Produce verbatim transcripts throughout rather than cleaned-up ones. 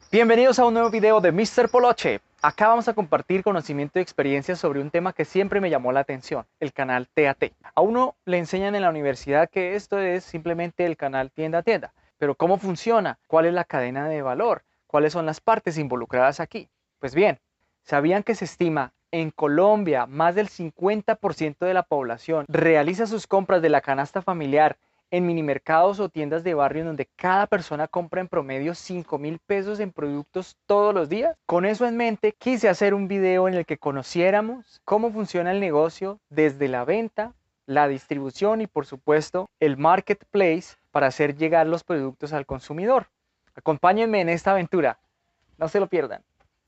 Bienvenidos a un nuevo video de míster Poloche. Acá vamos a compartir conocimiento y experiencias sobre un tema que siempre me llamó la atención, el canal T a T. A uno le enseñan en la universidad que esto es simplemente el canal tienda a tienda, pero ¿cómo funciona? ¿Cuál es la cadena de valor? ¿Cuáles son las partes involucradas aquí? Pues bien, ¿sabían que se estima en Colombia más del cincuenta por ciento de la población realiza sus compras de la canasta familiar en minimercados o tiendas de barrio en donde cada persona compra en promedio cinco mil pesos en productos todos los días? Con eso en mente, quise hacer un video en el que conociéramos cómo funciona el negocio desde la venta, la distribución y por supuesto el marketplace para hacer llegar los productos al consumidor. Acompáñenme en esta aventura, no se lo pierdan.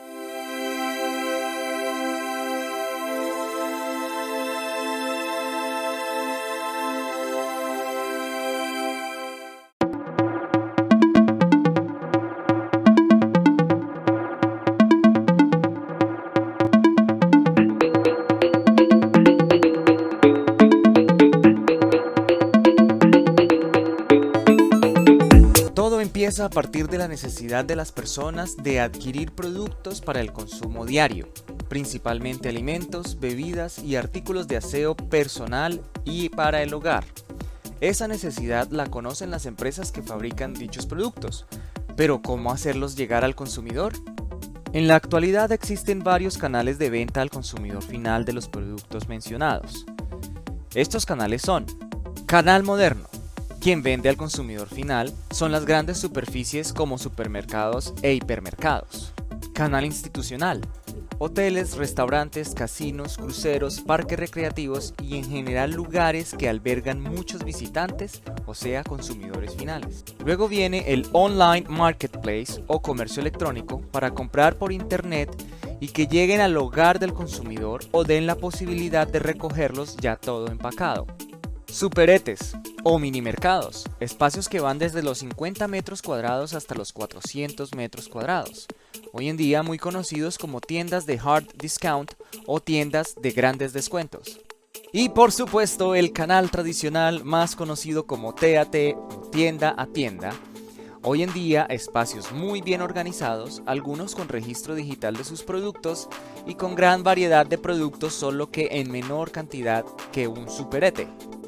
Todo empieza a partir de la necesidad de las personas de adquirir productos para el consumo diario, principalmente alimentos, bebidas y artículos de aseo personal y para el hogar. Esa necesidad la conocen las empresas que fabrican dichos productos, pero ¿cómo hacerlos llegar al consumidor? En la actualidad existen varios canales de venta al consumidor final de los productos mencionados. Estos canales son: canal moderno. Quien vende al consumidor final son las grandes superficies como supermercados e hipermercados. Canal institucional. Hoteles, restaurantes, casinos, cruceros, parques recreativos y en general lugares que albergan muchos visitantes, o sea, consumidores finales. Luego viene el online marketplace o comercio electrónico para comprar por internet y que lleguen al hogar del consumidor o den la posibilidad de recogerlos ya todo empacado. Superetes o minimercados, espacios que van desde los cincuenta metros cuadrados hasta los cuatrocientos metros cuadrados, hoy en día muy conocidos como tiendas de hard discount o tiendas de grandes descuentos. Y por supuesto el canal tradicional más conocido como T a T o tienda a tienda, hoy en día espacios muy bien organizados, algunos con registro digital de sus productos y con gran variedad de productos, solo que en menor cantidad que un superete.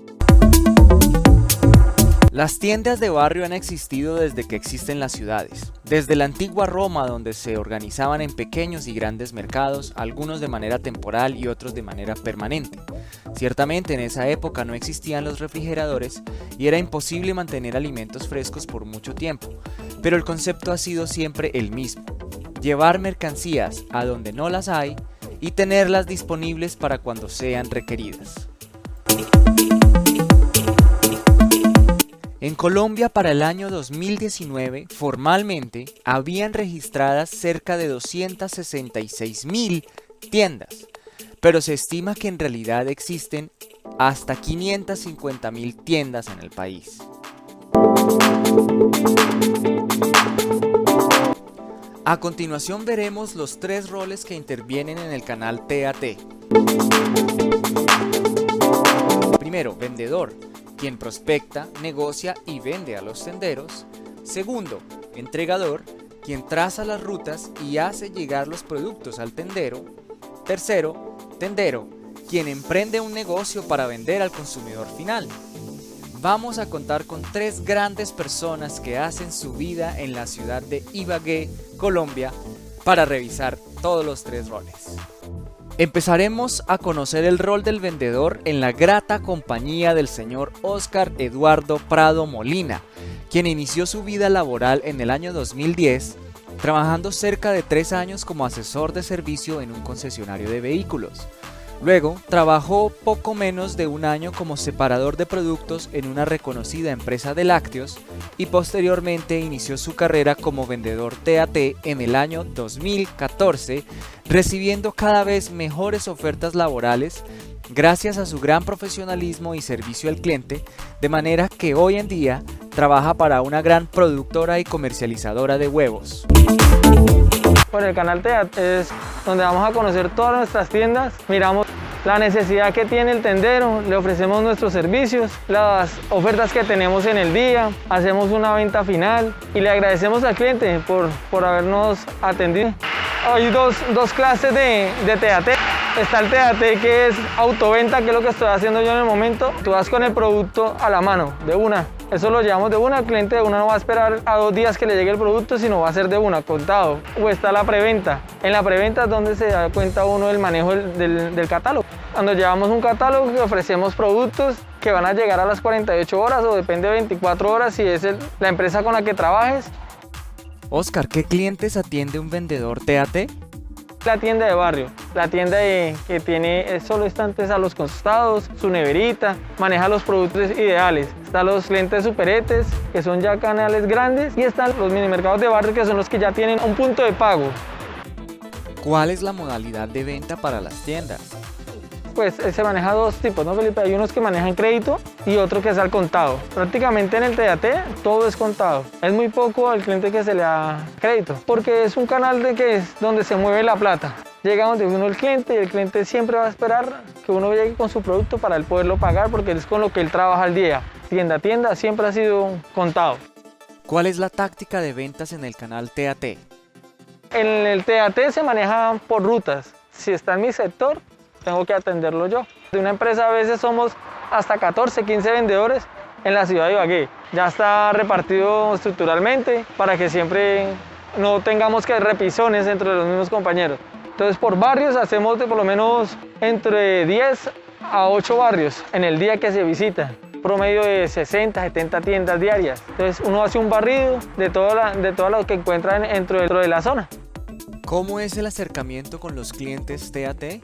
Las tiendas de barrio han existido desde que existen las ciudades. Desde la antigua Roma, donde se organizaban en pequeños y grandes mercados, algunos de manera temporal y otros de manera permanente. Ciertamente en esa época no existían los refrigeradores y era imposible mantener alimentos frescos por mucho tiempo, pero el concepto ha sido siempre el mismo: llevar mercancías a donde no las hay y tenerlas disponibles para cuando sean requeridas. En Colombia, para el año dos mil diecinueve, formalmente, habían registradas cerca de doscientas sesenta y seis mil tiendas, pero se estima que en realidad existen hasta quinientas cincuenta mil tiendas en el país. A continuación veremos los tres roles que intervienen en el canal T a T. Primero, vendedor, quien prospecta, negocia y vende a los tenderos. Segundo, entregador, quien traza las rutas y hace llegar los productos al tendero. Tercero, tendero, quien emprende un negocio para vender al consumidor final. Vamos a contar con tres grandes personas que hacen su vida en la ciudad de Ibagué, Colombia, para revisar todos los tres roles. Empezaremos a conocer el rol del vendedor en la grata compañía del señor Óscar Eduardo Prado Molina, quien inició su vida laboral en el año dos mil diez, trabajando cerca de tres años como asesor de servicio en un concesionario de vehículos. Luego, trabajó poco menos de un año como separador de productos en una reconocida empresa de lácteos y posteriormente inició su carrera como vendedor T a T en el año dos mil catorce, recibiendo cada vez mejores ofertas laborales gracias a su gran profesionalismo y servicio al cliente, de manera que hoy en día trabaja para una gran productora y comercializadora de huevos. Bueno, el canal T a T es donde vamos a conocer todas nuestras tiendas. Miramos la necesidad que tiene el tendero, le ofrecemos nuestros servicios, las ofertas que tenemos en el día, hacemos una venta final y le agradecemos al cliente por, por habernos atendido. Hay dos, dos clases de, de T A T. Está el T A T que es autoventa, que es lo que estoy haciendo yo en el momento. Tú vas con el producto a la mano, de una. Eso lo llevamos de una, el cliente de una no va a esperar a dos días que le llegue el producto, sino va a ser de una, contado. O está la preventa. En la preventa es donde se da cuenta uno del manejo del, del, del catálogo. Cuando llevamos un catálogo que ofrecemos productos que van a llegar a las cuarenta y ocho horas o depende de veinticuatro horas si es el, la empresa con la que trabajes. Oscar, ¿qué clientes atiende un vendedor T A T? La tienda de barrio, la tienda de, que tiene solo estantes a los costados, su neverita, maneja los productos ideales. Están los clientes superetes, que son ya canales grandes, y están los mini mercados de barrio, que son los que ya tienen un punto de pago. ¿Cuál es la modalidad de venta para las tiendas? Pues se maneja dos tipos, ¿no, Felipe? Hay unos que manejan crédito y otro que es al contado. Prácticamente en el T A T todo es contado. Es muy poco al cliente que se le da crédito, porque es un canal de que es donde se mueve la plata. Llega donde uno el cliente y el cliente siempre va a esperar que uno llegue con su producto para él poderlo pagar, porque es con lo que él trabaja al día. Tienda a tienda siempre ha sido contado. ¿Cuál es la táctica de ventas en el canal T A T? En el T A T se maneja por rutas. Si está en mi sector, tengo que atenderlo yo. De una empresa a veces somos hasta catorce, quince vendedores en la ciudad de Ibagué. Ya está repartido estructuralmente para que siempre no tengamos que repisones entre los mismos compañeros. Entonces por barrios hacemos de por lo menos entre diez a ocho barrios en el día que se visita. Promedio de sesenta, setenta tiendas diarias. Entonces uno hace un barrido de todo, la, de todo lo que encuentran dentro, dentro de la zona. ¿Cómo es el acercamiento con los clientes T A T?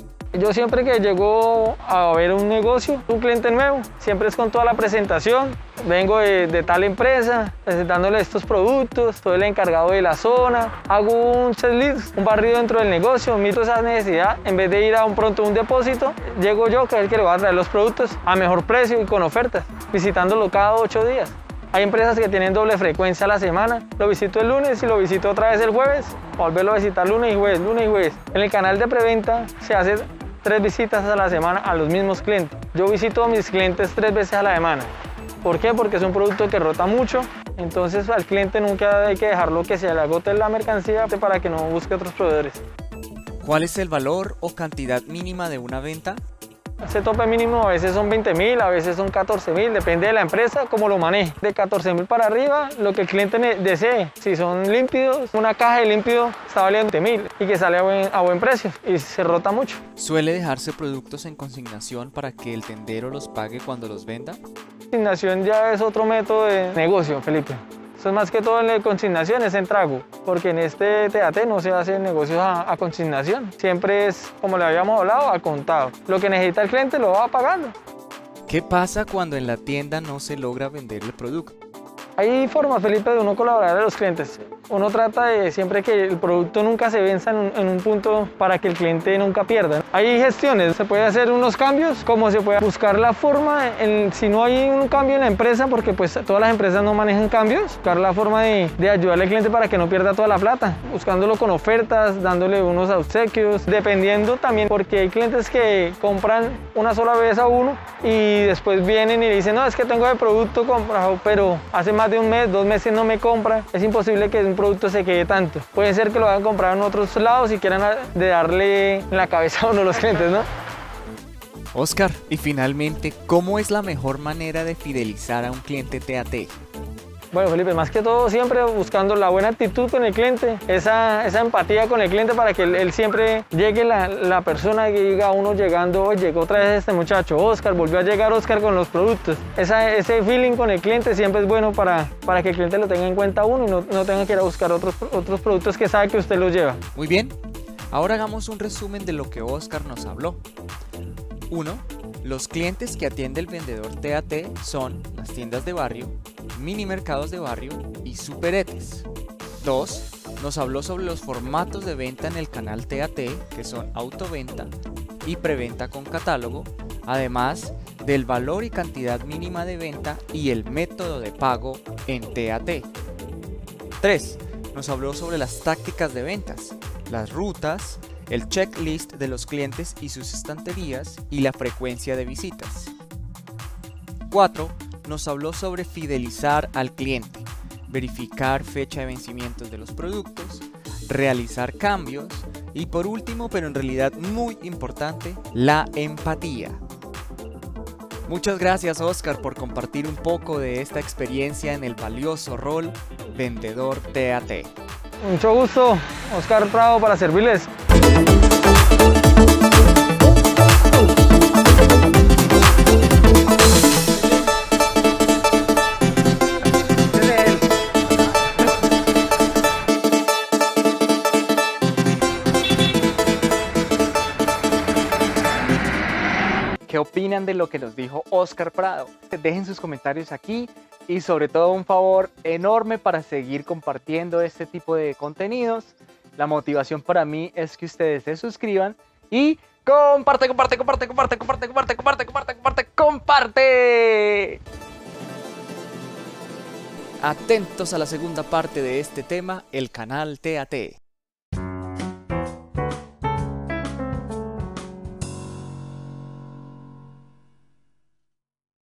Yo siempre que llego a ver un negocio, un cliente nuevo, siempre es con toda la presentación. Vengo de, de tal empresa, presentándole estos productos, soy el encargado de la zona, hago un checklist, un barrido dentro del negocio, miro esa necesidad. En vez de ir a un pronto un depósito, llego yo, que es el que le va a traer los productos a mejor precio y con ofertas, visitándolo cada ocho días. Hay empresas que tienen doble frecuencia a la semana. Lo visito el lunes y lo visito otra vez el jueves. Volverlo a visitar lunes y jueves, lunes y jueves. En el canal de preventa se hace tres visitas a la semana a los mismos clientes. Yo visito a mis clientes tres veces a la semana. ¿Por qué? Porque es un producto que rota mucho. Entonces al cliente nunca hay que dejarlo que se le agote la mercancía para que no busque otros proveedores. ¿Cuál es el valor o cantidad mínima de una venta? Ese tope mínimo a veces son veinte mil, a veces son catorce mil, depende de la empresa, cómo lo maneje. De catorce mil para arriba, lo que el cliente desee. Si son límpidos, una caja de límpido está valiendo veinte mil y que sale a buen, a buen precio y se rota mucho. ¿Suele dejarse productos en consignación para que el tendero los pague cuando los venda? Consignación ya es otro método de negocio, Felipe. Eso es más que todo en la consignación, es en trago, porque en este T A T no se hace negocios a, a consignación. Siempre es, como le habíamos hablado, a contado. Lo que necesita el cliente lo va pagando. ¿Qué pasa cuando en la tienda no se logra vender el producto? Hay formas, Felipe, de uno colaborar a los clientes. Uno trata de siempre que el producto nunca se venza en un, en un punto para que el cliente nunca pierda. Hay gestiones, se puede hacer unos cambios, como se puede buscar la forma, en, si no hay un cambio en la empresa, porque pues todas las empresas no manejan cambios, buscar la forma de, de ayudarle al cliente para que no pierda toda la plata, buscándolo con ofertas, dándole unos obsequios, dependiendo también, porque hay clientes que compran una sola vez a uno y después vienen y dicen, no, es que tengo el producto comprado, pero hace más de un mes, dos meses no me compra, es imposible que un producto se quede tanto. Puede ser que lo vayan a comprar en otros lados y quieran de darle en la cabeza a uno los clientes, ¿no? Oscar, y finalmente, ¿cómo es la mejor manera de fidelizar a un cliente T A T? Bueno, Felipe, más que todo siempre buscando la buena actitud con el cliente, esa, esa empatía con el cliente para que él, él siempre llegue la, la persona que diga a uno llegando, oye, llegó otra vez este muchacho, Oscar, volvió a llegar Oscar con los productos. Esa, ese feeling con el cliente siempre es bueno para, para que el cliente lo tenga en cuenta a uno y no, no tenga que ir a buscar otros, otros productos que sabe que usted los lleva. Muy bien, ahora hagamos un resumen de lo que Oscar nos habló. uno. Los clientes que atiende el vendedor T A T son las tiendas de barrio, mini mercados de barrio y superetes. dos. Nos habló sobre los formatos de venta en el canal T A T, que son autoventa y preventa con catálogo, además del valor y cantidad mínima de venta y el método de pago en T A T. tres. Nos habló sobre las tácticas de ventas, las rutas, el checklist de los clientes y sus estanterías y la frecuencia de visitas. cuatro. Nos habló sobre fidelizar al cliente, verificar fecha de vencimientos de los productos, realizar cambios y por último, pero en realidad muy importante, la empatía. Muchas gracias, Oscar, por compartir un poco de esta experiencia en el valioso rol vendedor T A T. Mucho gusto, Oscar Prado, para servirles. ¿Qué opinan de lo que nos dijo Oscar Prado? Dejen sus comentarios aquí y sobre todo un favor enorme para seguir compartiendo este tipo de contenidos. La motivación para mí es que ustedes se suscriban y comparte, comparte, comparte, comparte, comparte, comparte, comparte, comparte, comparte, comparte. Atentos a la segunda parte de este tema, el canal T A T.